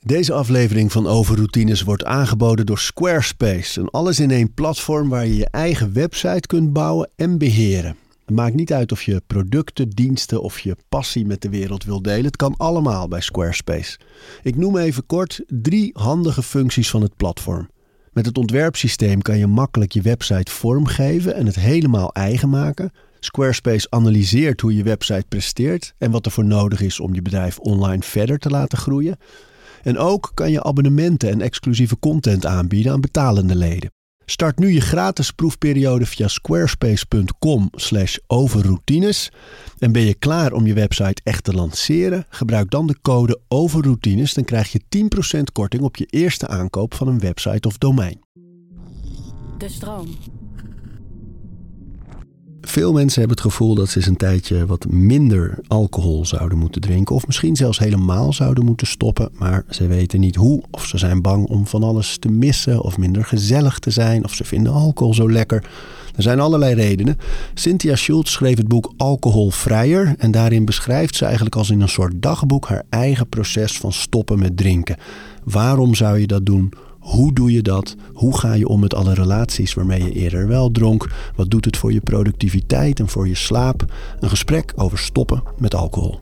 Deze aflevering van Overroutines wordt aangeboden door Squarespace. Een alles-in-één platform waar je je eigen website kunt bouwen en beheren. Het maakt niet uit of je producten, diensten of je passie met de wereld wil delen. Het kan allemaal bij Squarespace. Ik noem even kort 3 handige functies van het platform. Met het ontwerpsysteem kan je makkelijk je website vormgeven en het helemaal eigen maken. Squarespace analyseert hoe je website presteert en wat er voor nodig is om je bedrijf online verder te laten groeien. En ook kan je abonnementen en exclusieve content aanbieden aan betalende leden. Start nu je gratis proefperiode via squarespace.com/overroutines. En ben je klaar om je website echt te lanceren? Gebruik dan de code overroutines. Dan krijg je 10% korting op je eerste aankoop van een website of domein. De stroom. Veel mensen hebben het gevoel dat ze eens een tijdje wat minder alcohol zouden moeten drinken. Of misschien zelfs helemaal zouden moeten stoppen. Maar ze weten niet hoe. Of ze zijn bang om van alles te missen. Of minder gezellig te zijn. Of ze vinden alcohol zo lekker. Er zijn allerlei redenen. Cynthia Schultz schreef het boek Alcoholvrijer. En daarin beschrijft ze eigenlijk als in een soort dagboek haar eigen proces van stoppen met drinken. Waarom zou je dat doen? Hoe doe je dat? Hoe ga je om met alle relaties waarmee je eerder wel dronk? Wat doet het voor je productiviteit en voor je slaap? Een gesprek over stoppen met alcohol.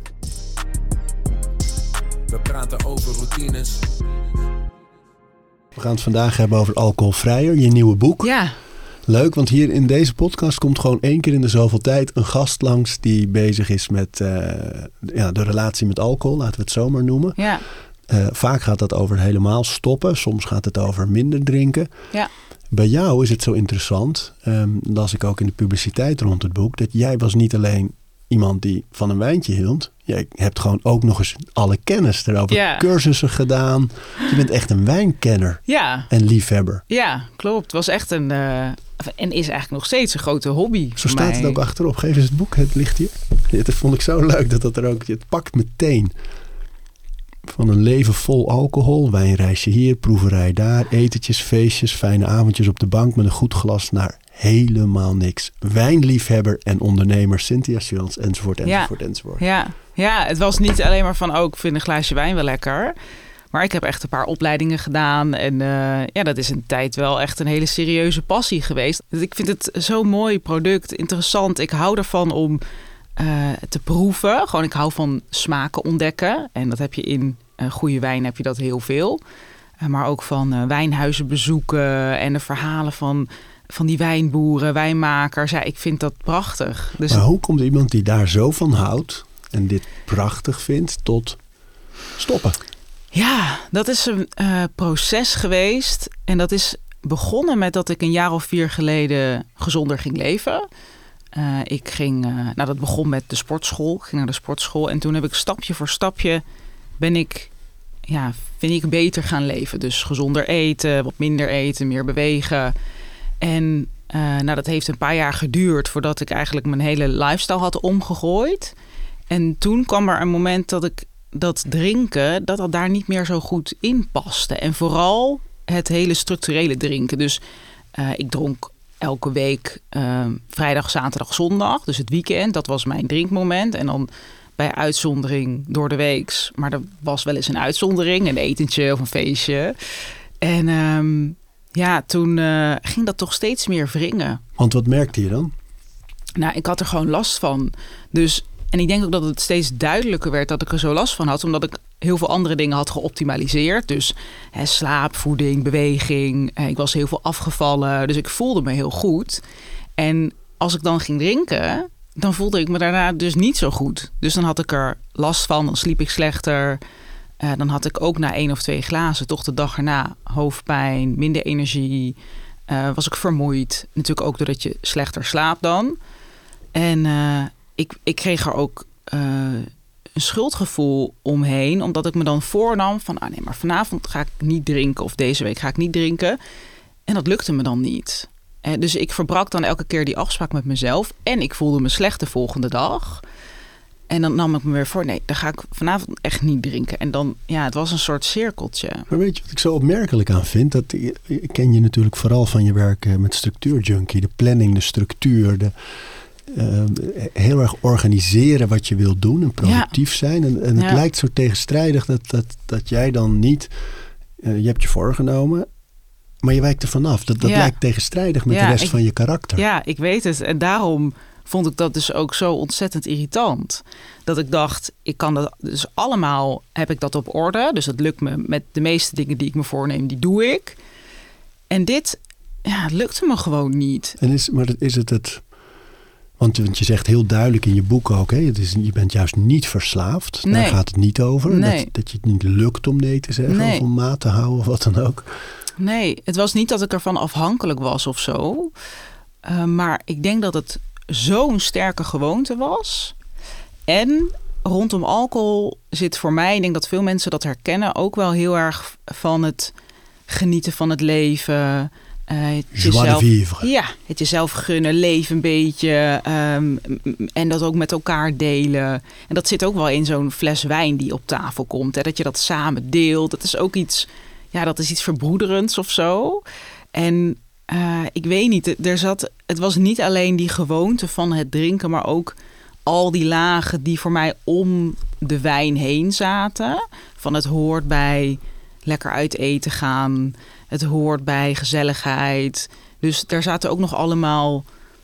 We praten over routines. We gaan het vandaag hebben over Alcoholvrijer, je nieuwe boek. Ja. Leuk, want hier in deze podcast komt gewoon 1 keer in de zoveel tijd een gast langs die bezig is met de relatie met alcohol, laten we het zo maar noemen. Ja. Vaak gaat dat over helemaal stoppen. Soms gaat het over minder drinken. Ja. Bij jou is het zo interessant, las ik ook in de publiciteit rond het boek, dat jij was niet alleen iemand die van een wijntje hield. Jij hebt gewoon ook nog eens alle kennis erover. Ja. Cursussen gedaan. Je bent echt een wijnkenner. Ja. En liefhebber. Ja, klopt. Het was echt en is eigenlijk nog steeds een grote hobby. Zo staat het ook achterop. Geef eens het boek, het ligt hier. Dat vond ik zo leuk dat er ook, het pakt meteen. Van een leven vol alcohol, wijnreisje hier, proeverij daar, etentjes, feestjes, fijne avondjes op de bank met een goed glas naar helemaal niks. Wijnliefhebber en ondernemer Cynthia Schultz, enzovoort. Ja, het was niet alleen maar van, ik vind een glaasje wijn wel lekker. Maar ik heb echt een paar opleidingen gedaan. En dat is een tijd wel echt een hele serieuze passie geweest. Dus ik vind het zo'n mooi product, interessant. Ik hou ervan om te proeven. Gewoon, ik hou van smaken ontdekken. En dat heb je in goede wijn heb je dat heel veel. Maar ook van wijnhuizen bezoeken en de verhalen van die wijnboeren, wijnmakers. Ja, ik vind dat prachtig. Dus maar hoe komt iemand die daar zo van houdt en dit prachtig vindt tot stoppen? Ja, dat is een proces geweest. En dat is begonnen met dat ik een jaar of 4 geleden gezonder ging leven. Dat begon met de sportschool. Ik ging naar de sportschool en toen heb ik stapje voor stapje vind ik beter gaan leven. Dus gezonder eten, wat minder eten, meer bewegen. En dat heeft een paar jaar geduurd voordat ik eigenlijk mijn hele lifestyle had omgegooid. En toen kwam er een moment dat ik dat drinken, dat daar niet meer zo goed in paste. En vooral het hele structurele drinken. Dus ik dronk elke week vrijdag, zaterdag, zondag. Dus het weekend, dat was mijn drinkmoment. En dan bij uitzondering door de weeks. Maar er was wel eens een uitzondering, een etentje of een feestje. En toen ging dat toch steeds meer wringen. Want wat merkte je dan? Nou, ik had er gewoon last van. En ik denk ook dat het steeds duidelijker werd dat ik er zo last van had. Omdat ik heel veel andere dingen had geoptimaliseerd. Dus slaap, voeding, beweging. Ik was heel veel afgevallen. Dus ik voelde me heel goed. En als ik dan ging drinken, dan voelde ik me daarna dus niet zo goed. Dus dan had ik er last van. Dan sliep ik slechter. Dan had ik ook na 1 of 2 glazen toch de dag erna hoofdpijn, minder energie. Was ik vermoeid. Natuurlijk ook doordat je slechter slaapt dan. En ik kreeg er ook een schuldgevoel omheen. Omdat ik me dan voornam van, maar vanavond ga ik niet drinken. Of deze week ga ik niet drinken. En dat lukte me dan niet. Dus ik verbrak dan elke keer die afspraak met mezelf. En ik voelde me slecht de volgende dag. En dan nam ik me weer voor, nee, dan ga ik vanavond echt niet drinken. En dan, het was een soort cirkeltje. Maar weet je wat ik zo opmerkelijk aan vind? Ik ken je natuurlijk vooral van je werk met Structuur Junkie. De planning, de structuur, heel erg organiseren wat je wilt doen en productief zijn. En het lijkt zo tegenstrijdig dat jij dan niet... je hebt je voorgenomen, maar je wijkt er vanaf. Dat lijkt tegenstrijdig met de rest van je karakter. Ja, ik weet het. En daarom vond ik dat dus ook zo ontzettend irritant. Dat ik dacht, ik kan dat dus allemaal, heb ik dat op orde. Dus dat lukt me met de meeste dingen die ik me voorneem, die doe ik. En dit, het lukte me gewoon niet. En is het... Want je zegt heel duidelijk in je boek ook, hè, je bent juist niet verslaafd. Nee. Daar gaat het niet over. Nee. Dat je het niet lukt om nee te zeggen of om maat te houden of wat dan ook. Nee, het was niet dat ik ervan afhankelijk was of zo. Maar ik denk dat het zo'n sterke gewoonte was. En rondom alcohol zit voor mij, ik denk dat veel mensen dat herkennen, ook wel heel erg van het genieten van het leven. Het jezelf gunnen, leven een beetje. En dat ook met elkaar delen. En dat zit ook wel in zo'n fles wijn die op tafel komt. Hè, dat je dat samen deelt. Dat is ook iets, dat is iets verbroederends of zo. En ik weet niet, het was niet alleen die gewoonte van het drinken, maar ook al die lagen die voor mij om de wijn heen zaten. Van het hoort bij lekker uit eten gaan. Het hoort bij gezelligheid. Dus daar zaten ook nog allemaal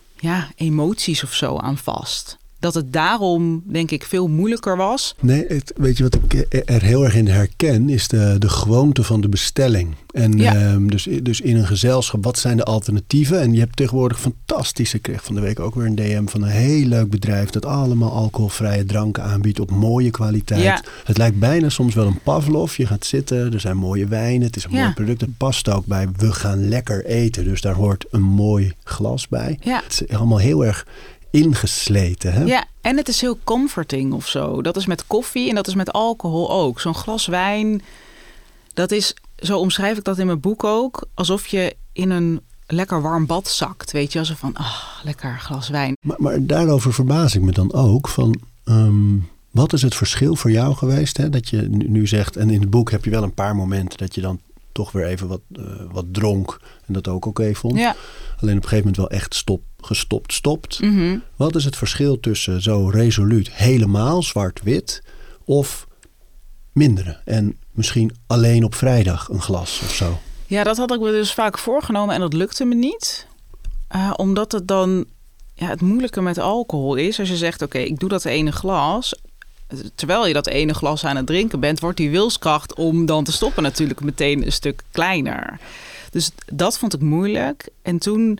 emoties of zo aan vast. Dat het daarom, denk ik, veel moeilijker was. Nee, weet je wat ik er heel erg in herken, is de gewoonte van de bestelling. En dus in een gezelschap, wat zijn de alternatieven? En je hebt tegenwoordig fantastische, ik kreeg van de week ook weer een DM van een heel leuk bedrijf dat allemaal alcoholvrije dranken aanbiedt op mooie kwaliteit. Ja. Het lijkt bijna soms wel een Pavlov. Je gaat zitten, er zijn mooie wijnen, het is een mooi product. Het past ook bij, we gaan lekker eten. Dus daar hoort een mooi glas bij. Ja. Het is allemaal heel erg ingesleten. Hè? Ja, en het is heel comforting of zo. Dat is met koffie en dat is met alcohol ook. Zo'n glas wijn, dat is, zo omschrijf ik dat in mijn boek ook, alsof je in een lekker warm bad zakt. Weet je, alsof van, lekker glas wijn. Maar daarover verbaas ik me dan ook van, wat is het verschil voor jou geweest? Hè? Dat je nu zegt, en in het boek heb je wel een paar momenten dat je dan toch weer even wat dronk en dat ook oké vond. Ja. Alleen op een gegeven moment wel echt gestopt. Mm-hmm. Wat is het verschil tussen zo resoluut helemaal zwart-wit of mindere? En misschien alleen op vrijdag een glas of zo? Ja, dat had ik me dus vaak voorgenomen en dat lukte me niet. Omdat het dan het moeilijke met alcohol is. Als je zegt, oké, ik doe dat ene glas. Terwijl je dat ene glas aan het drinken bent, wordt die wilskracht om dan te stoppen natuurlijk meteen een stuk kleiner. Dus dat vond ik moeilijk. En toen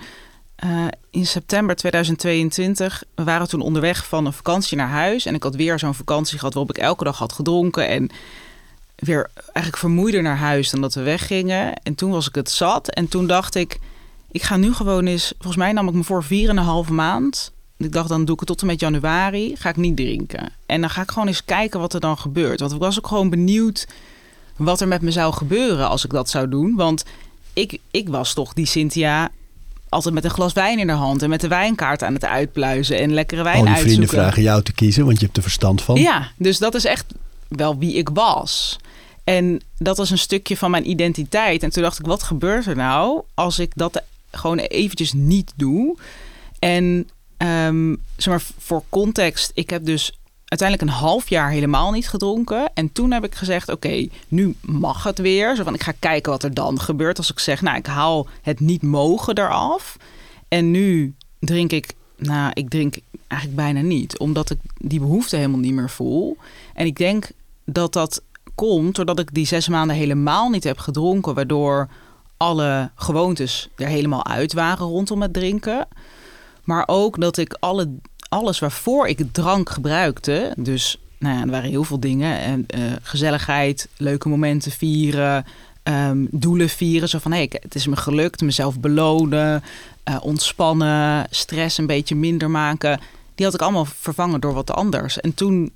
in september 2022, we waren toen onderweg van een vakantie naar huis. En ik had weer zo'n vakantie gehad waarop ik elke dag had gedronken. En weer eigenlijk vermoeider naar huis dan dat we weggingen. En toen was ik het zat. En toen dacht ik ga nu gewoon eens, volgens mij nam ik me voor 4,5 maand. Ik dacht, dan doe ik het tot en met januari, ga ik niet drinken. En dan ga ik gewoon eens kijken wat er dan gebeurt. Want ik was ook gewoon benieuwd wat er met me zou gebeuren als ik dat zou doen. Want ik was toch die Cynthia altijd met een glas wijn in de hand en met de wijnkaart aan het uitpluizen en lekkere wijn uitzoeken. Al die vrienden vragen jou te kiezen, want je hebt er verstand van. Ja, dus dat is echt wel wie ik was. En dat was een stukje van mijn identiteit. En toen dacht ik, wat gebeurt er nou als ik dat gewoon eventjes niet doe? En zeg maar voor context, ik heb dus uiteindelijk een half jaar helemaal niet gedronken. En toen heb ik gezegd, oké, nu mag het weer. Zo van, ik ga kijken wat er dan gebeurt als ik zeg, ik haal het niet mogen eraf. En nu drink ik drink eigenlijk bijna niet. Omdat ik die behoefte helemaal niet meer voel. En ik denk dat dat komt doordat ik die 6 maanden helemaal niet heb gedronken. Waardoor alle gewoontes er helemaal uit waren rondom het drinken. Maar ook dat ik alles waarvoor ik drank gebruikte. Dus er waren heel veel dingen. En gezelligheid, leuke momenten vieren, doelen vieren. Zo van, het is me gelukt, mezelf belonen, ontspannen, stress een beetje minder maken. Die had ik allemaal vervangen door wat anders. En toen,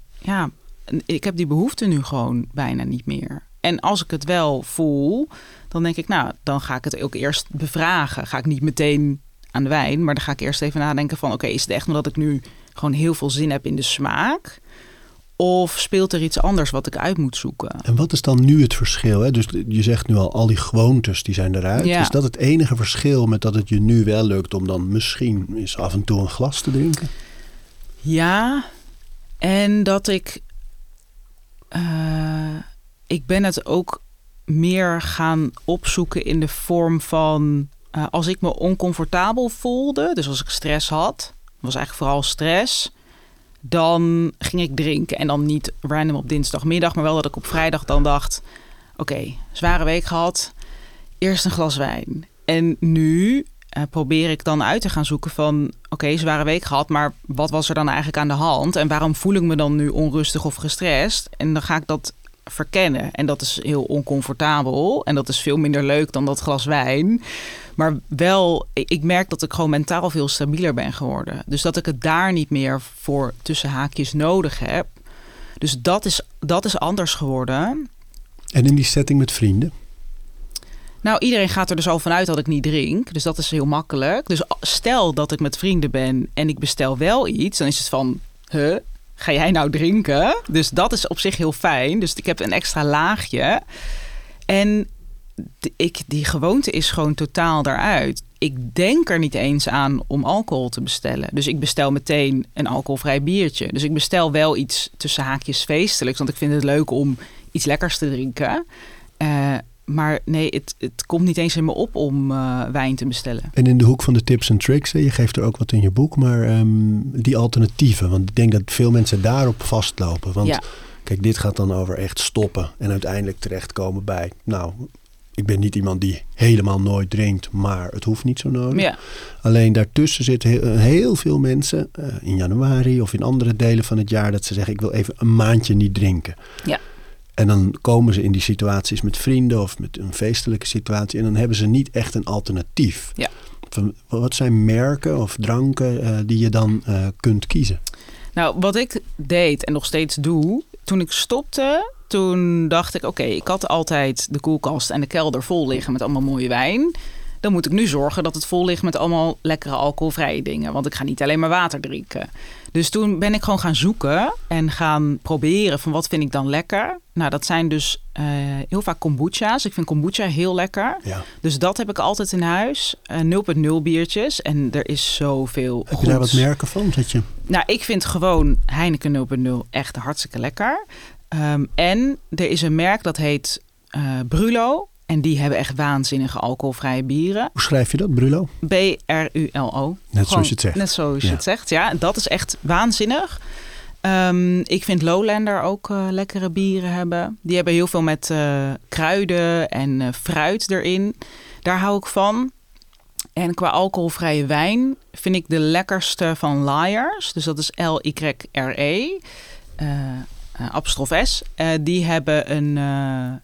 ik heb die behoefte nu gewoon bijna niet meer. En als ik het wel voel, dan denk ik, dan ga ik het ook eerst bevragen. Ga ik niet meteen aan de wijn, maar dan ga ik eerst even nadenken van, is het echt omdat ik nu gewoon heel veel zin heb in de smaak? Of speelt er iets anders wat ik uit moet zoeken? En wat is dan nu het verschil? Hè? Dus je zegt nu al die gewoontes die zijn eruit. Ja. Is dat het enige verschil met dat het je nu wel lukt om dan misschien eens af en toe een glas te drinken? Ja, en dat ik ben het ook meer gaan opzoeken in de vorm van als ik me oncomfortabel voelde, dus als ik stress had, was eigenlijk vooral stress, dan ging ik drinken. En dan niet random op dinsdagmiddag, maar wel dat ik op vrijdag dan dacht, oké, zware week gehad, eerst een glas wijn. En nu probeer ik dan uit te gaan zoeken van, oké, zware week gehad, maar wat was er dan eigenlijk aan de hand? En waarom voel ik me dan nu onrustig of gestrest? En dan ga ik dat verkennen. En dat is heel oncomfortabel. En dat is veel minder leuk dan dat glas wijn. Maar wel, ik merk dat ik gewoon mentaal veel stabieler ben geworden. Dus dat ik het daar niet meer voor tussen haakjes nodig heb. Dus dat is anders geworden. En in die setting met vrienden? Nou, iedereen gaat er dus al vanuit dat ik niet drink. Dus dat is heel makkelijk. Dus stel dat ik met vrienden ben en ik bestel wel iets, dan is het van, ga jij nou drinken? Dus dat is op zich heel fijn. Dus ik heb een extra laagje. En die gewoonte is gewoon totaal eruit. Ik denk er niet eens aan om alcohol te bestellen. Dus ik bestel meteen een alcoholvrij biertje. Dus ik bestel wel iets tussen haakjes feestelijks. Want ik vind het leuk om iets lekkers te drinken. Maar nee, het komt niet eens in me op om wijn te bestellen. En in de hoek van de tips en tricks, je geeft er ook wat in je boek, maar die alternatieven. Want ik denk dat veel mensen daarop vastlopen. Want kijk, dit gaat dan over echt stoppen en uiteindelijk terechtkomen bij, nou, ik ben niet iemand die helemaal nooit drinkt, maar het hoeft niet zo nodig. Ja. Alleen daartussen zitten heel veel mensen in januari of in andere delen van het jaar dat ze zeggen, ik wil even een maandje niet drinken. Ja. En dan komen ze in die situaties met vrienden of met een feestelijke situatie en dan hebben ze niet echt een alternatief. Ja. Wat zijn merken of dranken die je dan kunt kiezen? Nou, wat ik deed en nog steeds doe, toen ik stopte, toen dacht ik, oké, ik had altijd de koelkast en de kelder vol liggen met allemaal mooie wijn. Dan moet ik nu zorgen dat het vol ligt met allemaal lekkere alcoholvrije dingen. Want ik ga niet alleen maar water drinken. Dus toen ben ik gewoon gaan zoeken en gaan proberen van wat vind ik dan lekker. Nou, dat zijn dus heel vaak kombucha's. Ik vind kombucha heel lekker. Ja. Dus dat heb ik altijd in huis. 0,0 biertjes. En er is zoveel Heb je daar wat merken van? Nou, ik vind gewoon Heineken 0,0 echt hartstikke lekker. En er is een merk dat heet Brulo. En die hebben echt waanzinnige alcoholvrije bieren. Hoe schrijf je dat, Brulo? Brulo. Net zoals je het zegt. Net zoals je het zegt, ja. Dat is echt waanzinnig. Ik vind Lowlander ook lekkere bieren hebben. Die hebben heel veel met kruiden en fruit erin. Daar hou ik van. En qua alcoholvrije wijn vind ik de lekkerste van Lyre's. Dus dat is Lyre, apostrof S. Die hebben een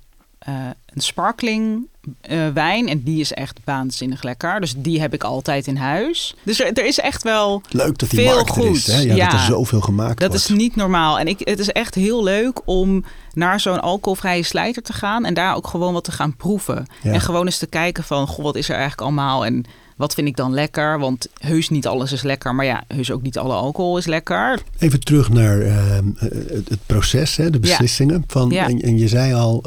sparkling wijn. En die is echt waanzinnig lekker. Dus die heb ik altijd in huis. Dus er is echt wel leuk dat die veel markt er is. Hè? Ja, dat er zoveel gemaakt dat wordt. Dat is niet normaal. En het is echt heel leuk om naar zo'n alcoholvrije slijter te gaan. En daar ook gewoon wat te gaan proeven. Ja. En gewoon eens te kijken van, goh, wat is er eigenlijk allemaal? En wat vind ik dan lekker? Want heus niet alles is lekker. Maar ja, heus ook niet alle alcohol is lekker. Even terug naar het proces, hè, de beslissingen. Ja. En je zei al,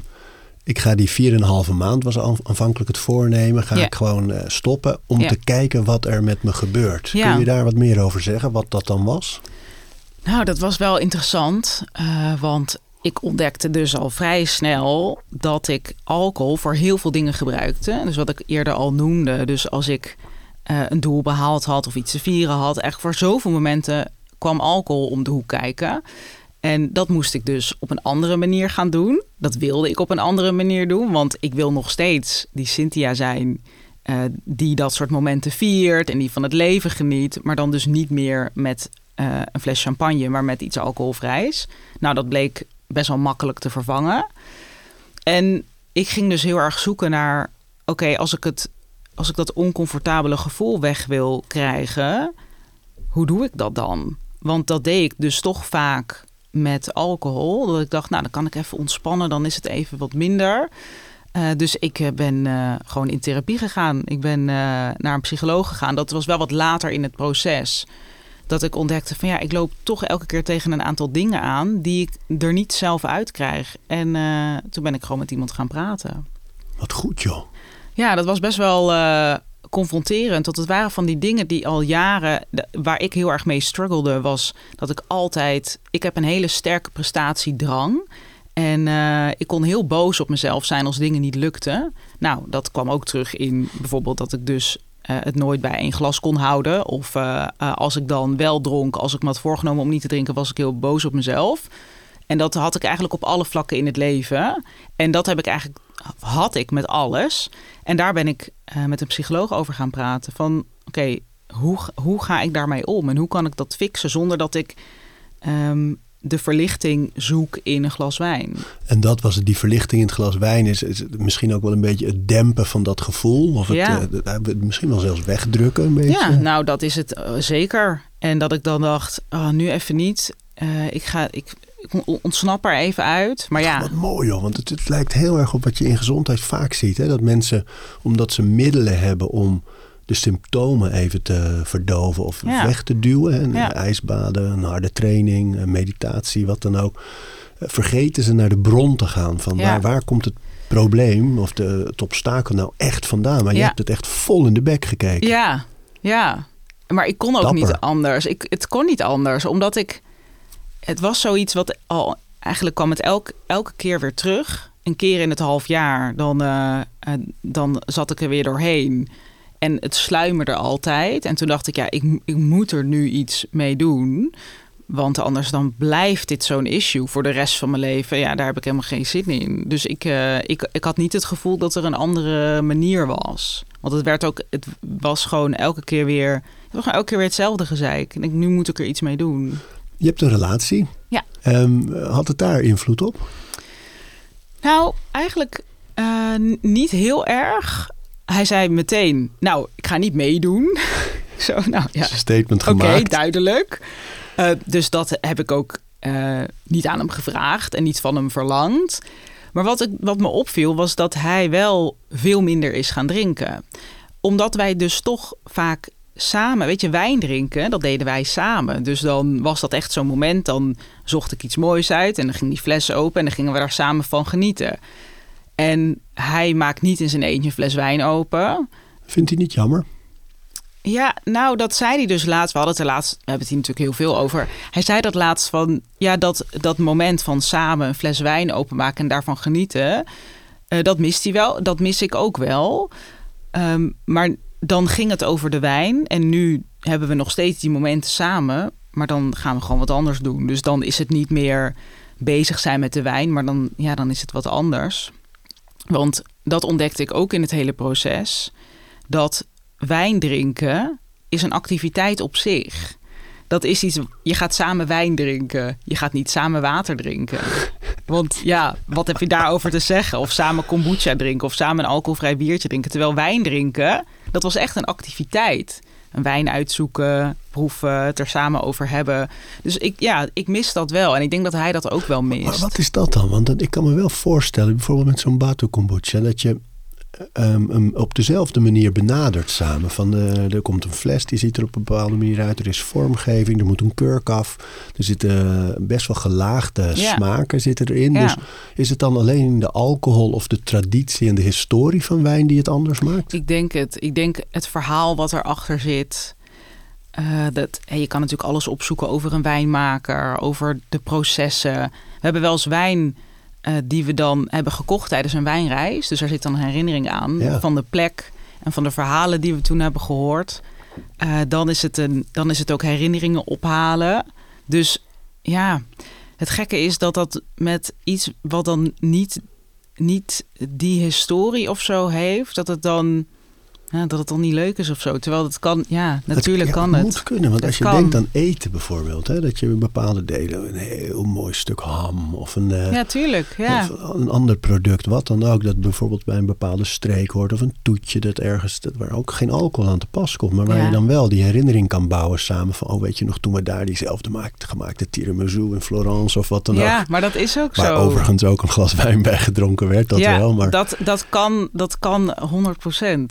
ik ga die 4,5 maand, was aanvankelijk het voornemen, ga ik gewoon stoppen om te kijken wat er met me gebeurt. Ja. Kun je daar wat meer over zeggen, wat dat dan was? Nou, dat was wel interessant, want ik ontdekte dus al vrij snel dat ik alcohol voor heel veel dingen gebruikte. Dus wat ik eerder al noemde. Dus als ik een doel behaald had of iets te vieren had, eigenlijk voor zoveel momenten kwam alcohol om de hoek kijken. En dat moest ik dus op een andere manier gaan doen. Dat wilde ik op een andere manier doen. Want ik wil nog steeds die Cynthia zijn die dat soort momenten viert en die van het leven geniet. Maar dan dus niet meer met een fles champagne, maar met iets alcoholvrijs. Nou, dat bleek best wel makkelijk te vervangen. En ik ging dus heel erg zoeken naar, oké, als ik dat oncomfortabele gevoel weg wil krijgen, hoe doe ik dat dan? Want dat deed ik dus toch vaak met alcohol. Dat ik dacht, nou, dan kan ik even ontspannen, dan is het even wat minder. Dus ik ben gewoon in therapie gegaan. Ik ben naar een psycholoog gegaan. Dat was wel wat later in het proces. dat ik ontdekte van ik loop toch elke keer tegen een aantal dingen aan die ik er niet zelf uit krijg. En toen ben ik gewoon met iemand gaan praten. Wat goed, joh. Ja, dat was best wel confronterend. Want het waren van die dingen die al jaren, waar ik heel erg mee struggelde, was dat ik heb een hele sterke prestatiedrang. En ik kon heel boos op mezelf zijn als dingen niet lukten. Nou, dat kwam ook terug in bijvoorbeeld dat ik dus het nooit bij 1 glas kon houden. Of als ik dan wel dronk, als ik me had voorgenomen om niet te drinken, was ik heel boos op mezelf. En dat had ik eigenlijk op alle vlakken in het leven. En dat had ik met alles. En daar ben ik met een psycholoog over gaan praten. Van oké, hoe ga ik daarmee om? En hoe kan ik dat fixen zonder dat ik de verlichting zoek in een glas wijn? En dat was het, die verlichting in het glas wijn is misschien ook wel een beetje het dempen van dat gevoel. Of misschien wel zelfs wegdrukken een beetje. Ja, nou dat is het zeker. En dat ik dan dacht, nu even niet. Ik ontsnap er even uit. Maar ja. Wat mooi hoor, want het lijkt heel erg op wat je in gezondheid vaak ziet. Hè? Dat mensen, omdat ze middelen hebben om de symptomen even te verdoven of weg te duwen. Hè? IJsbaden, een harde training, meditatie, wat dan ook. Vergeten ze naar de bron te gaan. Van waar komt het probleem of het obstakel nou echt vandaan? Maar je hebt het echt vol in de bek gekeken. Ja. Maar ik kon ook niet anders. Het kon niet anders, omdat het was zoiets wat al eigenlijk kwam het elke keer weer terug. Een keer in het half jaar, dan zat ik er weer doorheen. En het sluimerde altijd. En toen dacht ik, ik moet er nu iets mee doen. Want anders dan blijft dit zo'n issue voor de rest van mijn leven. Ja, daar heb ik helemaal geen zin in. Dus ik had niet het gevoel dat er een andere manier was. Want het was gewoon elke keer weer hetzelfde gezeik. En nu moet ik er iets mee doen. Je hebt een relatie. Ja. Had het daar invloed op? Nou, eigenlijk niet heel erg. Hij zei meteen, ik ga niet meedoen. Zo, nou ja. Statement gemaakt. Oké, duidelijk. Dus dat heb ik ook niet aan hem gevraagd en niet van hem verlangd. Maar wat me opviel was dat hij wel veel minder is gaan drinken. Omdat wij dus toch vaak samen, wijn drinken, dat deden wij samen. Dus dan was dat echt zo'n moment, dan zocht ik iets moois uit en dan ging die fles open en dan gingen we daar samen van genieten. En hij maakt niet in zijn eentje een fles wijn open. Vindt hij niet jammer? Ja, nou dat zei hij dus laatst. We hebben het hier natuurlijk heel veel over. Hij zei dat laatst van, dat moment van samen een fles wijn openmaken en daarvan genieten, dat mist hij wel. Dat mis ik ook wel. Maar dan ging het over de wijn. En nu hebben we nog steeds die momenten samen. Maar dan gaan we gewoon wat anders doen. Dus dan is het niet meer bezig zijn met de wijn. Maar dan is het wat anders. Want dat ontdekte ik ook in het hele proces. Dat wijn drinken is een activiteit op zich. Dat is iets, je gaat samen wijn drinken. Je gaat niet samen water drinken. Want wat heb je daarover te zeggen? Of samen kombucha drinken of samen een alcoholvrij biertje drinken. Terwijl wijn drinken, dat was echt een activiteit. Een wijn uitzoeken, proeven, het er samen over hebben. Dus ik mis dat wel. En ik denk dat hij dat ook wel mist. Maar wat is dat dan? Want ik kan me wel voorstellen, bijvoorbeeld met zo'n Batu kombucha, dat je op dezelfde manier benadert samen. Er komt een fles, die ziet er op een bepaalde manier uit. Er is vormgeving, er moet een kurk af. Er zitten best wel gelaagde smaken zitten erin. Ja. Dus is het dan alleen de alcohol of de traditie en de historie van wijn die het anders maakt? Ik denk het verhaal wat erachter zit. Je kan natuurlijk alles opzoeken over een wijnmaker, over de processen. We hebben wel eens wijn die we dan hebben gekocht tijdens een wijnreis. Dus daar zit dan een herinnering aan van de plek en van de verhalen die we toen hebben gehoord. Dan is het ook herinneringen ophalen. Dus het gekke is dat met iets wat dan niet die historie of zo heeft, dat het dan niet leuk is of zo. Terwijl het kan, natuurlijk kan het. Het moet kunnen, want als je denkt aan eten bijvoorbeeld, hè, dat je bepaalde delen, een heel mooi stuk ham of een ander product, wat dan ook, dat bijvoorbeeld bij een bepaalde streek hoort of een toetje waar ook geen alcohol aan te pas komt, maar waar je dan wel die herinnering kan bouwen samen van, weet je nog, toen we daar diezelfde gemaakte tiramisu in Florence of wat dan ook. Ja, maar dat is ook waar zo. Waar overigens ook een glas wijn bij gedronken werd, dat wel. Maar dat kan 100%. En toch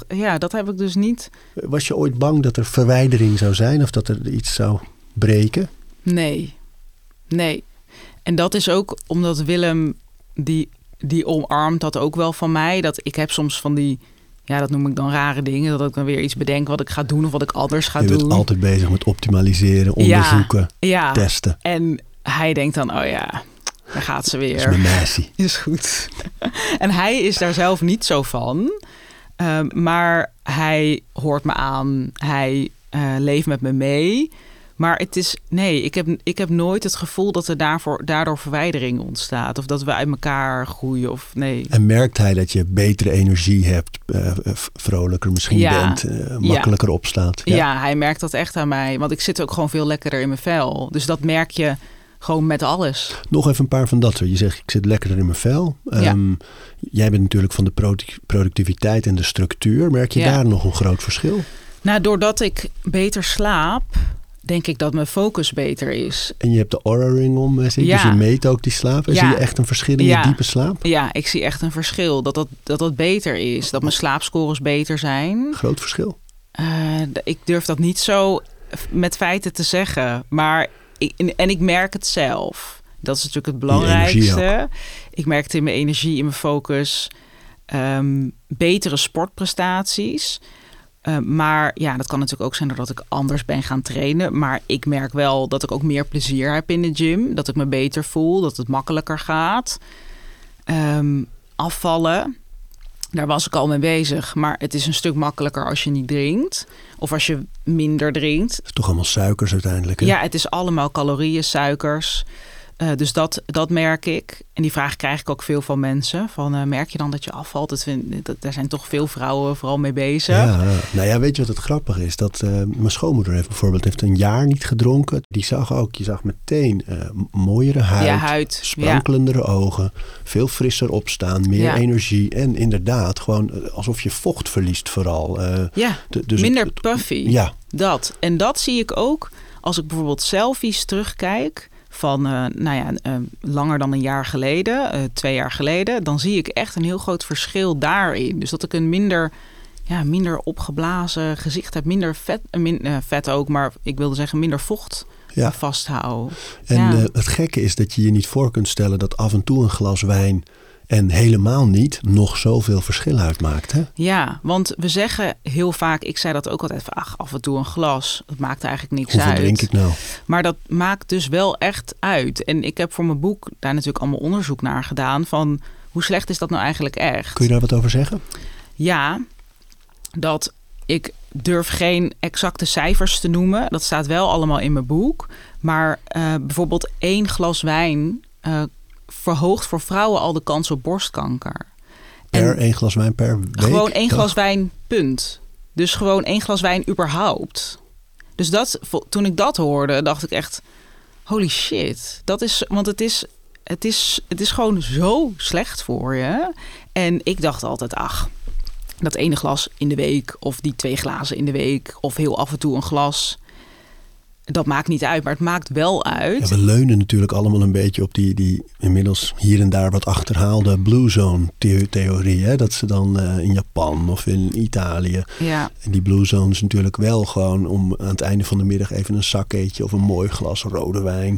dat heb ik dus niet. Was je ooit bang dat er verwijdering zou zijn of dat er iets zou breken? Nee. En dat is ook omdat Willem, die omarmt dat ook wel van mij. Dat ik heb soms van die, dat noem ik dan rare dingen. Dat ik dan weer iets bedenk wat ik ga doen of wat ik anders ga doen. Je bent altijd bezig met optimaliseren, onderzoeken, testen. En hij denkt dan, daar gaat ze weer. Dat is mijn meisje. Is goed. En hij is daar zelf niet zo van. Maar hij hoort me aan. Hij leeft met me mee. Maar het is, ik heb nooit het gevoel dat er daardoor verwijdering ontstaat. Of dat we uit elkaar groeien. Of nee. En merkt hij dat je betere energie hebt, vrolijker misschien bent, makkelijker opstaat? Ja, hij merkt dat echt aan mij. Want ik zit ook gewoon veel lekkerder in mijn vel. Dus dat merk je gewoon met alles. Nog even een paar van dat. Je zegt, ik zit lekkerder in mijn vel. Jij bent natuurlijk van de productiviteit en de structuur. Merk je daar nog een groot verschil? Nou, doordat ik beter slaap, denk ik dat mijn focus beter is. En je hebt de Oura Ring om, dus je meet ook die slaap. En zie je echt een verschil in je diepe slaap? Ja, ik zie echt een verschil. Dat beter is. Dat mijn slaapscores beter zijn. Groot verschil? Ik durf dat niet zo met feiten te zeggen. Maar ik merk het zelf. Dat is natuurlijk het belangrijkste. Ik merk het in mijn energie, in mijn focus. Betere sportprestaties. Maar dat kan natuurlijk ook zijn doordat ik anders ben gaan trainen. Maar ik merk wel dat ik ook meer plezier heb in de gym. Dat ik me beter voel, dat het makkelijker gaat. Afvallen, daar was ik al mee bezig. Maar het is een stuk makkelijker als je niet drinkt. Of als je minder drinkt. Het is toch allemaal suikers uiteindelijk, hè? Ja, het is allemaal calorieën, suikers. Dus dat merk ik. En die vraag krijg ik ook veel van mensen. Merk je dan dat je afvalt? Daar zijn toch veel vrouwen vooral mee bezig. Ja, weet je wat het grappig is? Dat mijn schoonmoeder heeft een jaar niet gedronken. Die je zag meteen mooiere huid, sprankelendere ogen. Veel frisser opstaan, meer energie. En inderdaad, gewoon alsof je vocht verliest vooral. Dus minder puffy. Ja. En dat zie ik ook als ik bijvoorbeeld selfies terugkijk van langer dan een jaar geleden, 2 jaar geleden, dan zie ik echt een heel groot verschil daarin. Dus dat ik een minder opgeblazen gezicht heb, minder vet ook, maar ik wilde zeggen minder vocht vasthoud. En het gekke is dat je je niet voor kunt stellen dat af en toe een glas wijn en helemaal niet nog zoveel verschil uitmaakt, hè? Ja, want we zeggen heel vaak, ik zei dat ook altijd, af en toe een glas. Dat maakt eigenlijk niks uit. Hoeveel drink ik nou? Maar dat maakt dus wel echt uit. En ik heb voor mijn boek daar natuurlijk allemaal onderzoek naar gedaan van hoe slecht is dat nou eigenlijk echt? Kun je daar wat over zeggen? Ja, dat ik durf geen exacte cijfers te noemen. Dat staat wel allemaal in mijn boek. Maar bijvoorbeeld 1 glas wijn verhoogt voor vrouwen al de kans op borstkanker. Per 1 glas wijn per week? Gewoon 1 glas wijn, punt. Dus gewoon 1 glas wijn überhaupt. Dus toen ik dat hoorde, dacht ik echt, holy shit. Want het is gewoon zo slecht voor je. En ik dacht altijd, dat ene glas in de week of die 2 glazen in de week of heel af en toe een glas, dat maakt niet uit, maar het maakt wel uit. Ja, we leunen natuurlijk allemaal een beetje op die inmiddels hier en daar wat achterhaalde Blue Zone theorie. Hè? Dat ze dan in Japan of in Italië. Ja. En die Blue Zone is natuurlijk wel gewoon om aan het einde van de middag even een zakkeetje of een mooi glas rode wijn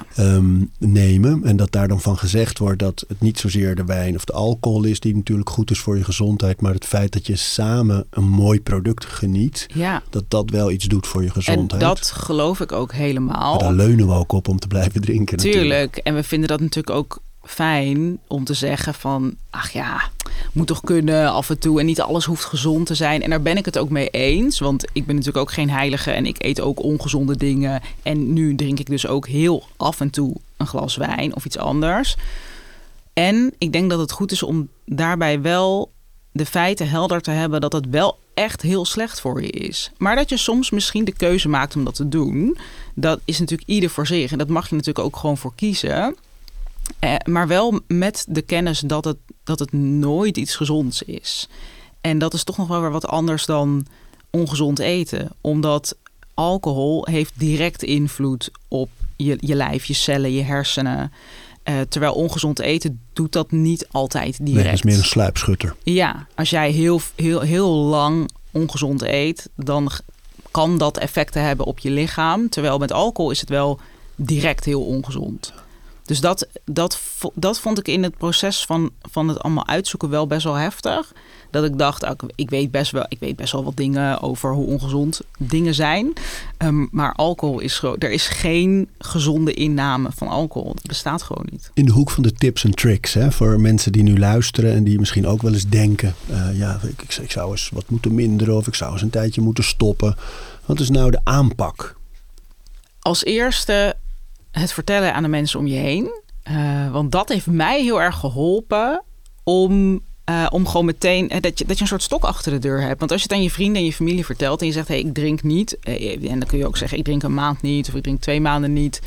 nemen. En dat daar dan van gezegd wordt dat het niet zozeer de wijn of de alcohol is die natuurlijk goed is voor je gezondheid, maar het feit dat je samen een mooi product geniet, dat wel iets doet voor je gezondheid. En dat geloof ik ook helemaal. Maar daar leunen we ook op om te blijven drinken. Tuurlijk. Natuurlijk. En we vinden dat natuurlijk ook fijn om te zeggen van, moet toch kunnen af en toe en niet alles hoeft gezond te zijn. En daar ben ik het ook mee eens, want ik ben natuurlijk ook geen heilige en ik eet ook ongezonde dingen. En nu drink ik dus ook heel af en toe een glas wijn of iets anders. En ik denk dat het goed is om daarbij wel de feiten helder te hebben dat het wel echt heel slecht voor je is. Maar dat je soms misschien de keuze maakt om dat te doen, dat is natuurlijk ieder voor zich. En dat mag je natuurlijk ook gewoon voor kiezen. Maar wel met de kennis dat het nooit iets gezonds is. En dat is toch nog wel weer wat anders dan ongezond eten. Omdat alcohol heeft direct invloed op je lijf, je cellen, je hersenen. Terwijl ongezond eten doet dat niet altijd direct. Nee, dat is meer een sluipschutter. Ja, als jij heel lang ongezond eet, dan kan dat effecten hebben op je lichaam. Terwijl met alcohol is het wel direct heel ongezond. Dus dat vond ik in het proces van het allemaal uitzoeken wel best wel heftig. Dat ik dacht, ik weet best wel wat dingen over hoe ongezond dingen zijn. Maar alcohol er is geen gezonde inname van alcohol. Dat bestaat gewoon niet. In de hoek van de tips en tricks, hè, voor mensen die nu luisteren en die misschien ook wel eens denken, ik zou eens wat moeten minderen of ik zou eens een tijdje moeten stoppen. Wat is nou de aanpak? Als eerste het vertellen aan de mensen om je heen. Want dat heeft mij heel erg geholpen om gewoon meteen dat je een soort stok achter de deur hebt. Want als je het aan je vrienden en je familie vertelt en je zegt, hey, ik drink niet. En dan kun je ook zeggen, ik drink een maand niet of ik drink 2 maanden niet.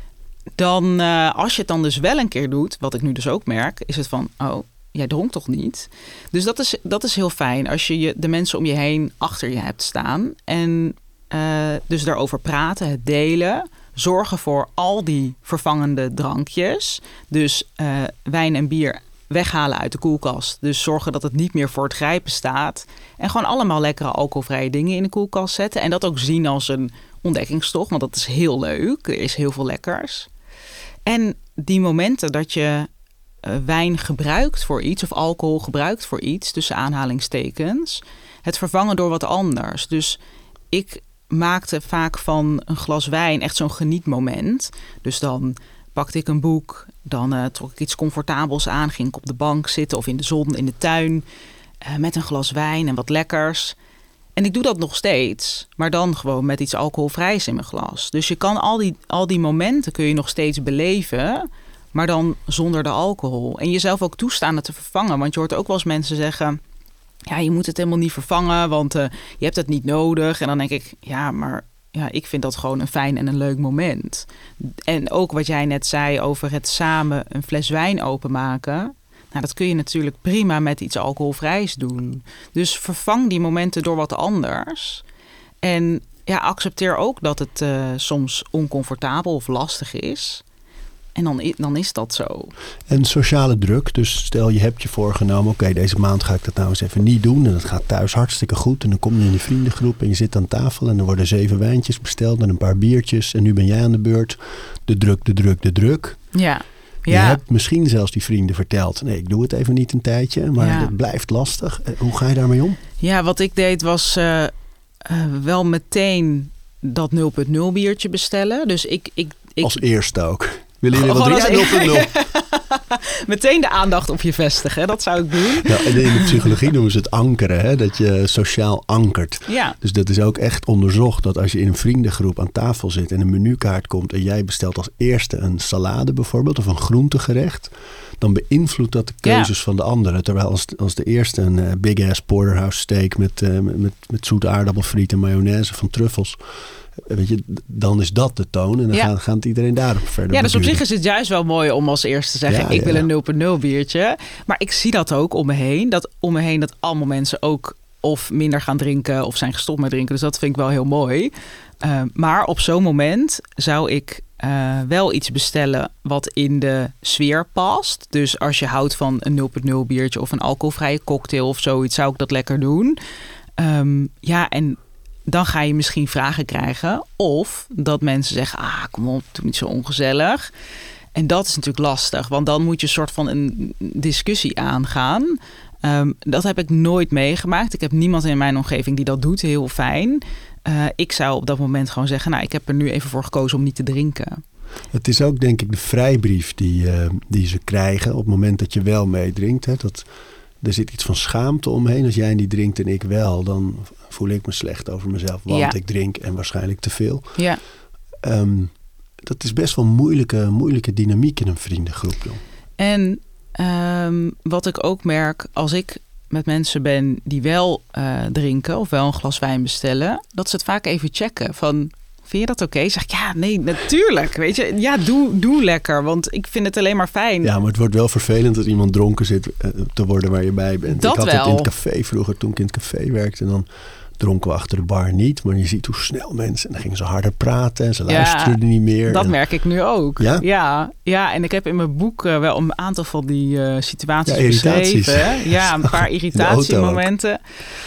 Dan, als je het dan dus wel een keer doet, wat ik nu dus ook merk, is het van, oh, jij dronk toch niet? Dus dat is heel fijn als je de mensen om je heen achter je hebt staan. En dus daarover praten, het delen. Zorgen voor al die vervangende drankjes. Dus wijn en bier weghalen uit de koelkast. Dus zorgen dat het niet meer voor het grijpen staat. En gewoon allemaal lekkere alcoholvrije dingen in de koelkast zetten. En dat ook zien als een ontdekkingstocht. Want dat is heel leuk. Er is heel veel lekkers. En die momenten dat je wijn gebruikt voor iets. Of alcohol gebruikt voor iets. Tussen aanhalingstekens. Het vervangen door wat anders. Dus ik maakte vaak van een glas wijn echt zo'n genietmoment. Dus dan pakte ik een boek, dan trok ik iets comfortabels aan, ging ik op de bank zitten of in de zon in de tuin met een glas wijn en wat lekkers. En ik doe dat nog steeds, maar dan gewoon met iets alcoholvrijs in mijn glas. Dus je kan al die momenten kun je nog steeds beleven, maar dan zonder de alcohol. En jezelf ook toestaan het te vervangen, want je hoort ook wel eens mensen zeggen, ja, je moet het helemaal niet vervangen, want je hebt het niet nodig. En dan denk ik, ja, maar ik vind dat gewoon een fijn en een leuk moment. En ook wat jij net zei over het samen een fles wijn openmaken. Nou, dat kun je natuurlijk prima met iets alcoholvrijs doen. Dus vervang die momenten door wat anders. En ja, accepteer ook dat het soms oncomfortabel of lastig is. En dan is dat zo. En sociale druk. Dus stel je hebt je voorgenomen, oké, deze maand ga ik dat nou eens even niet doen. En dat gaat thuis hartstikke goed. En dan kom je in je vriendengroep en je zit aan tafel. En er worden 7 wijntjes besteld met een paar biertjes. En nu ben jij aan de beurt. De druk. Ja. Je hebt misschien zelfs die vrienden verteld, nee, ik doe het even niet een tijdje. Maar het blijft lastig. Hoe ga je daarmee om? Ja, wat ik deed was wel meteen dat 0.0 biertje bestellen. Dus ik als eerste ook. Willen jullie wat 0.0? Meteen de aandacht op je vestigen, dat zou ik doen. Ja, en in de psychologie noemen ze het ankeren, hè? Dat je sociaal ankert. Ja. Dus dat is ook echt onderzocht dat als je in een vriendengroep aan tafel zit en een menukaart komt en jij bestelt als eerste een salade bijvoorbeeld of een groentegerecht, dan beïnvloedt dat de keuzes van de anderen. Terwijl als de eerste een big ass porterhouse steak met zoete aardappelfriet en mayonaise van truffels, weet je, dan is dat de toon. En dan gaat iedereen daarop verder. Ja, dus op zich is het juist wel mooi om als eerste te zeggen, ik wil een 0.0 biertje. Maar ik zie dat ook om me heen. Dat allemaal mensen ook of minder gaan drinken of zijn gestopt met drinken. Dus dat vind ik wel heel mooi. Maar op zo'n moment zou ik wel iets bestellen wat in de sfeer past. Dus als je houdt van een 0.0 biertje of een alcoholvrije cocktail of zoiets, zou ik dat lekker doen. En dan ga je misschien vragen krijgen. Of dat mensen zeggen, kom op, doe niet zo ongezellig. En dat is natuurlijk lastig. Want dan moet je een soort van een discussie aangaan. Dat heb ik nooit meegemaakt. Ik heb niemand in mijn omgeving die dat doet. Heel fijn. Ik zou op dat moment gewoon zeggen, ik heb er nu even voor gekozen om niet te drinken. Het is ook denk ik de vrijbrief die ze krijgen op het moment dat je wel meedrinkt. Hè? Er zit iets van schaamte omheen. Als jij niet drinkt en ik wel, dan voel ik me slecht over mezelf. Want ik drink en waarschijnlijk te veel. Ja. Dat is best wel moeilijke dynamiek in een vriendengroep. Joh. En wat ik ook merk als ik met mensen ben die wel drinken of wel een glas wijn bestellen, dat ze het vaak even checken van, vind je dat oké? Zeg ik, ja, nee, natuurlijk. Weet je, ja, doe lekker, want ik vind het alleen maar fijn. Ja, maar het wordt wel vervelend als iemand dronken zit te worden waar je bij bent. Dat ik had wel. het in het café vroeger, toen ik in het café werkte. En dronken we achter de bar niet. Maar je ziet hoe snel mensen... En dan gingen ze harder praten en ze luisterden niet meer. Dat merk ik nu ook. Ja? Ja, en ik heb in mijn boek wel een aantal van die situaties irritaties. beschreven. Ja, een paar irritatiemomenten.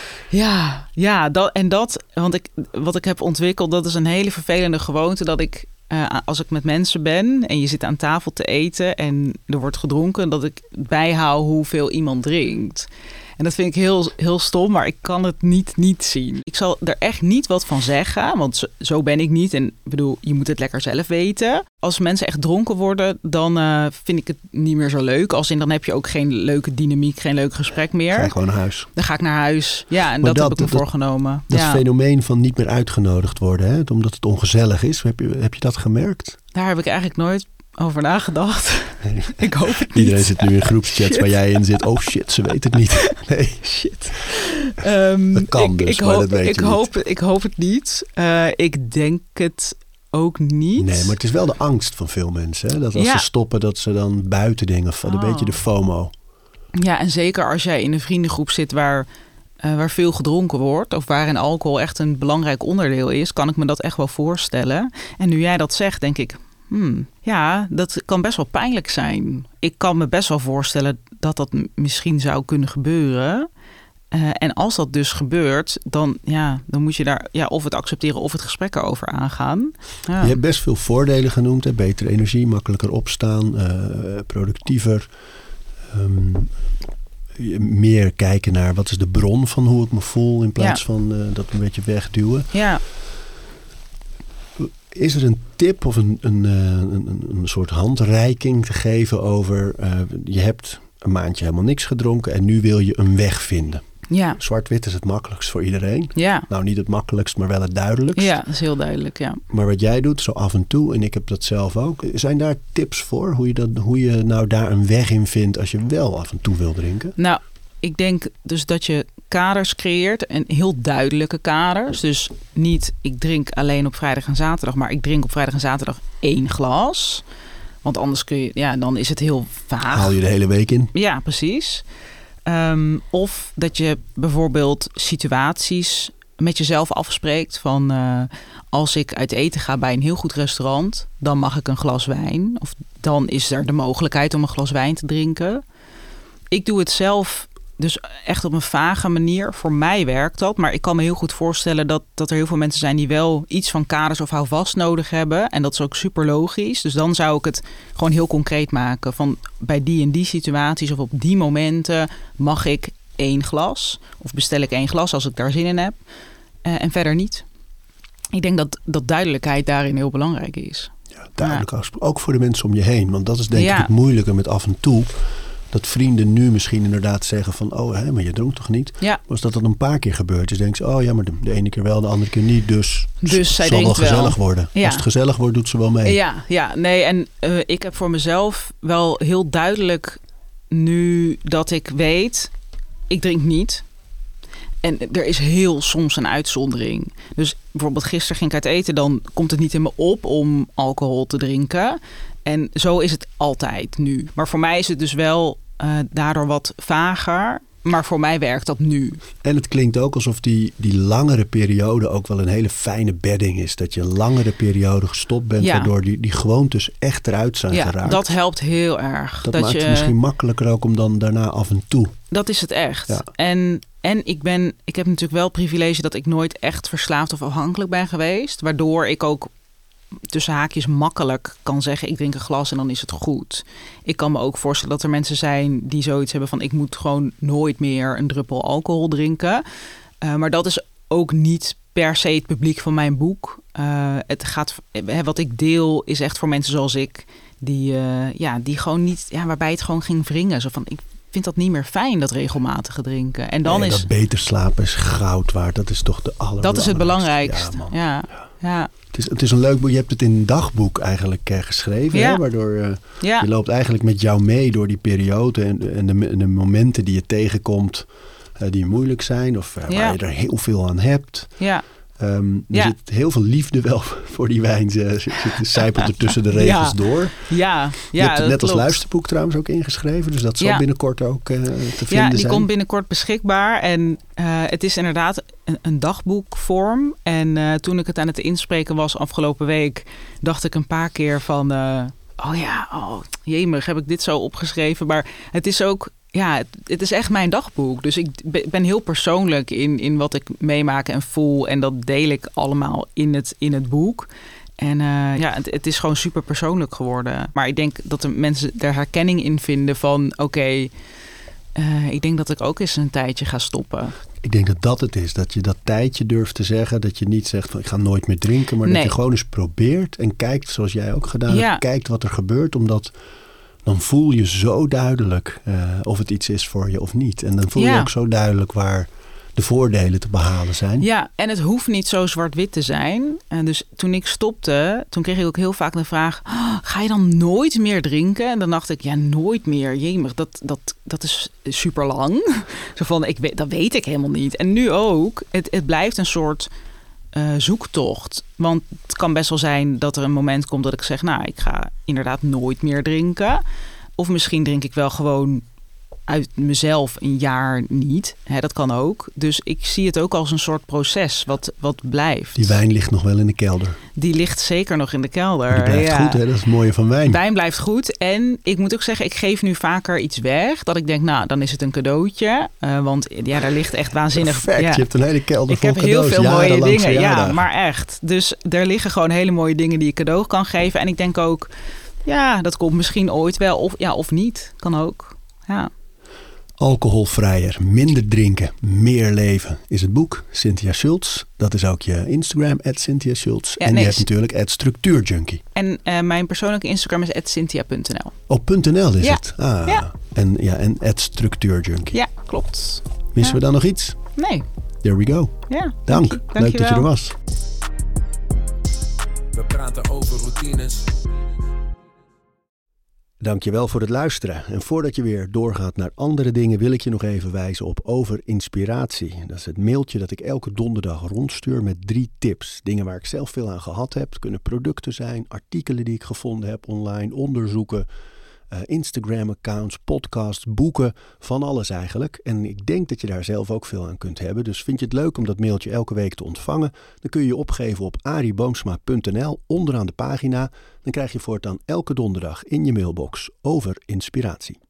Want wat ik heb ontwikkeld, dat is een hele vervelende gewoonte dat ik... als ik met mensen ben en je zit aan tafel te eten en er wordt gedronken, dat ik bijhoud hoeveel iemand drinkt. En dat vind ik heel, heel stom, maar ik kan het niet zien. Ik zal er echt niet wat van zeggen, want zo ben ik niet. En ik bedoel, je moet het lekker zelf weten. Als mensen echt dronken worden, dan vind ik het niet meer zo leuk. Als in, dan heb je ook geen leuke dynamiek, geen leuk gesprek meer. Ga je gewoon naar huis. Dan ga ik naar huis. Ja, en dat heb ik me voorgenomen. Dat fenomeen van niet meer uitgenodigd worden, hè? Omdat het ongezellig is. Heb je dat gemerkt? Daar heb ik eigenlijk nooit over nagedacht. Nee. Ik hoop het niet. Iedereen zit nu in groepschats waar jij in zit. Oh shit, ze weet het niet. Nee. Shit. Dat kan dus, maar dat weet je niet. Ik hoop het niet. Ik denk het ook niet. Nee, maar het is wel de angst van veel mensen. Hè? Dat als ze stoppen, dat ze dan buiten dingen vallen. Een beetje de FOMO. Ja, en zeker als jij in een vriendengroep zit waar veel gedronken wordt, of waarin alcohol echt een belangrijk onderdeel is, kan ik me dat echt wel voorstellen. En nu jij dat zegt, denk ik, ja, dat kan best wel pijnlijk zijn. Ik kan me best wel voorstellen dat dat misschien zou kunnen gebeuren. En als dat dus gebeurt, dan moet je daar of het accepteren of het gesprek erover aangaan. Ja. Je hebt best veel voordelen genoemd. Hè? Betere energie, makkelijker opstaan, productiever. Meer kijken naar wat is de bron van hoe ik me voel in plaats van dat een beetje wegduwen. Ja. Is er een tip of een soort handreiking te geven over... je hebt een maandje helemaal niks gedronken en nu wil je een weg vinden. Ja. Zwart-wit is het makkelijkst voor iedereen. Ja. Nou, niet het makkelijkst, maar wel het duidelijkst. Ja, dat is heel duidelijk, ja. Maar wat jij doet, zo af en toe, en ik heb dat zelf ook. Zijn daar tips voor? Hoe je nou daar een weg in vindt als je wel af en toe wil drinken? Nou, ik denk dus dat je kaders creëert en heel duidelijke kaders. Dus niet ik drink alleen op vrijdag en zaterdag, maar ik drink op vrijdag en zaterdag 1 glas. Want anders dan is het heel vaag. Haal je de hele week in? Ja, precies. Of dat je bijvoorbeeld situaties met jezelf afspreekt van als ik uit eten ga bij een heel goed restaurant, dan mag ik een glas wijn. Of dan is er de mogelijkheid om een glas wijn te drinken. Ik doe het zelf dus echt op een vage manier. Voor mij werkt dat. Maar ik kan me heel goed voorstellen dat er heel veel mensen zijn die wel iets van kaders of houvast nodig hebben. En dat is ook super logisch. Dus dan zou ik het gewoon heel concreet maken. Van bij die en die situaties of op die momenten mag ik 1 glas. Of bestel ik 1 glas als ik daar zin in heb. En verder niet. Ik denk dat duidelijkheid daarin heel belangrijk is. Ja, duidelijk afspraak. Ook voor de mensen om je heen. Want dat is denk ik het moeilijke met af en toe. Dat vrienden nu misschien inderdaad zeggen van... maar je dronk toch niet? Ja. Maar als dat dan een paar keer gebeurt... dus denk je, maar de ene keer wel, de andere keer niet. Dus zij zal wel gezellig worden. Ja. Als het gezellig wordt, doet ze wel mee. Ja, nee. En ik heb voor mezelf wel heel duidelijk... nu dat ik weet, ik drink niet. En er is heel soms een uitzondering. Dus bijvoorbeeld gisteren ging ik uit eten... dan komt het niet in me op om alcohol te drinken... En zo is het altijd nu. Maar voor mij is het dus wel daardoor wat vager. Maar voor mij werkt dat nu. En het klinkt ook alsof die langere periode ook wel een hele fijne bedding is. Dat je een langere periode gestopt bent. Ja. Waardoor die gewoontes echt eruit zijn geraakt. Ja, dat helpt heel erg. Dat maakt het misschien makkelijker ook om dan daarna af en toe. Dat is het echt. Ja. En ik heb natuurlijk wel het privilege dat ik nooit echt verslaafd of afhankelijk ben geweest. Waardoor ik ook... tussen haakjes makkelijk kan zeggen... ik drink een glas en dan is het goed. Ik kan me ook voorstellen dat er mensen zijn... die zoiets hebben van... ik moet gewoon nooit meer een druppel alcohol drinken. Maar dat is ook niet per se het publiek van mijn boek. Wat ik deel is echt voor mensen zoals ik... die gewoon niet... waarbij het gewoon ging wringen. Zo van, ik vind dat niet meer fijn, dat regelmatige drinken. En dan dat beter slapen is goud waard. Dat is toch de allerbelangrijkste. Dat is het belangrijkste. Ja. Het is een leuk boek. Je hebt het in een dagboek eigenlijk geschreven. Ja. Hè? Waardoor je loopt eigenlijk met jou mee door die periode. En de momenten die je tegenkomt die moeilijk zijn. Of waar je er heel veel aan hebt. Ja. Er zit heel veel liefde wel voor die wijn. Zijpelt er tussen de regels door. Ja, je hebt het net als klopt. luisterboek trouwens ook ingeschreven. Dus dat zal binnenkort ook te vinden zijn. Ja, die komt binnenkort beschikbaar. En het is inderdaad een dagboekvorm. En toen ik het aan het inspreken was afgelopen week, dacht ik een paar keer van... jemig, heb ik dit zo opgeschreven? Maar het is ook... Ja, het is echt mijn dagboek. Dus ik ben heel persoonlijk in wat ik meemaak en voel. En dat deel ik allemaal in het boek. En het is gewoon super persoonlijk geworden. Maar ik denk dat de mensen daar herkenning in vinden van... Oké, ik denk dat ik ook eens een tijdje ga stoppen. Ik denk dat dat het is. Dat je dat tijdje durft te zeggen. Dat je niet zegt van ik ga nooit meer drinken. Maar dat je gewoon eens probeert en kijkt zoals jij ook gedaan hebt. Kijkt wat er gebeurt, omdat... Dan voel je zo duidelijk of het iets is voor je of niet. En dan voel je ook zo duidelijk waar de voordelen te behalen zijn. Ja, en het hoeft niet zo zwart-wit te zijn. En dus toen ik stopte, toen kreeg ik ook heel vaak de vraag... ga je dan nooit meer drinken? En dan dacht ik, ja, nooit meer. Jemig, dat is super lang. Zo van, dat weet ik helemaal niet. En nu ook, het blijft een soort... zoektocht. Want het kan best wel zijn dat er een moment komt dat ik zeg... nou, ik ga inderdaad nooit meer drinken. Of misschien drink ik wel gewoon uit mezelf een jaar niet. Dat kan ook. Dus ik zie het ook als een soort proces wat blijft. Die wijn ligt nog wel in de kelder. Die ligt zeker nog in de kelder. Die blijft goed, hè? Dat is het mooie van wijn. Wijn blijft goed. En ik moet ook zeggen, ik geef nu vaker iets weg. Dat ik denk, nou, dan is het een cadeautje. Want ja, daar ligt echt waanzinnig... Perfect, je hebt een hele kelder vol cadeaus. Ik heb heel veel mooie dingen. Verjaardag. Ja, maar echt. Dus er liggen gewoon hele mooie dingen die je cadeau kan geven. En ik denk ook, ja, dat komt misschien ooit wel. Of niet. Kan ook. Ja. Alcoholvrijer, minder drinken, meer leven is het boek. Cynthia Schultz, dat is ook je Instagram, @CynthiaSchultz. En je hebt natuurlijk @structuurjunkie. En mijn persoonlijke Instagram is @cynthia.nl. Oh, .nl is het? Ah, ja. En @structuurjunkie. Ja, klopt. Missen we dan nog iets? Nee. There we go. Ja, Dank. Leuk dat je er was. We praten over routines. Dankjewel voor het luisteren. En voordat je weer doorgaat naar andere dingen, wil ik je nog even wijzen op Over Inspiratie. Dat is het mailtje dat ik elke donderdag rondstuur met 3 tips. Dingen waar ik zelf veel aan gehad heb. Het kunnen producten zijn, artikelen die ik gevonden heb online, onderzoeken, Instagram-accounts, podcasts, boeken, van alles eigenlijk. En ik denk dat je daar zelf ook veel aan kunt hebben. Dus vind je het leuk om dat mailtje elke week te ontvangen? Dan kun je je opgeven op ariboomsma.nl onderaan de pagina. Dan krijg je voortaan elke donderdag in je mailbox Over Inspiratie.